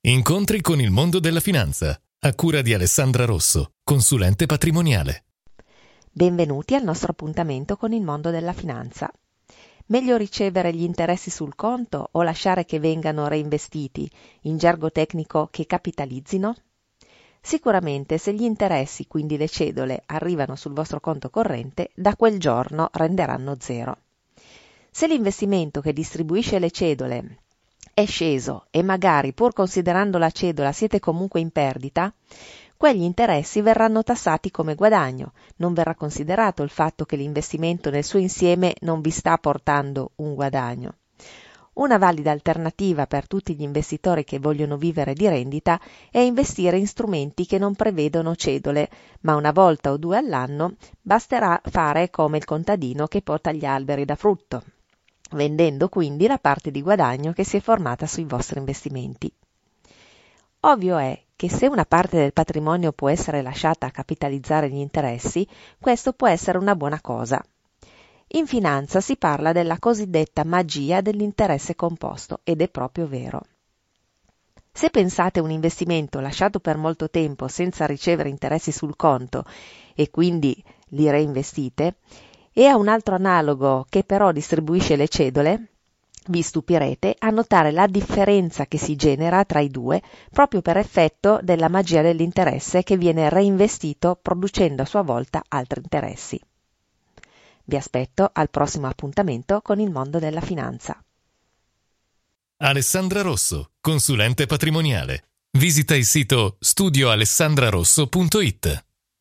Incontri con il mondo della finanza, a cura di Alessandra Rosso, consulente patrimoniale. Benvenuti al nostro appuntamento con il mondo della finanza. Meglio ricevere gli interessi sul conto o lasciare che vengano reinvestiti, in gergo tecnico che capitalizzino? Sicuramente se gli interessi, quindi le cedole, arrivano sul vostro conto corrente, da quel giorno renderanno zero. Se l'investimento che distribuisce le cedole è sceso e magari pur considerando la cedola siete comunque in perdita, quegli interessi verranno tassati come guadagno, non verrà considerato il fatto che l'investimento nel suo insieme non vi sta portando un guadagno. Una valida alternativa per tutti gli investitori che vogliono vivere di rendita è investire in strumenti che non prevedono cedole, ma una volta o due all'anno basterà fare come il contadino che porta gli alberi da frutto, vendendo quindi la parte di guadagno che si è formata sui vostri investimenti. Ovvio è che se una parte del patrimonio può essere lasciata a capitalizzare gli interessi, questo può essere una buona cosa. In finanza si parla della cosiddetta magia dell'interesse composto ed è proprio vero. Se pensate a un investimento lasciato per molto tempo senza ricevere interessi sul conto e quindi li reinvestite, e a un altro analogo che però distribuisce le cedole, vi stupirete a notare la differenza che si genera tra i due proprio per effetto della magia dell'interesse che viene reinvestito producendo a sua volta altri interessi. Vi aspetto al prossimo appuntamento con il mondo della finanza. Alessandra Rosso, consulente patrimoniale. Visita il sito studioalessandrarosso.it.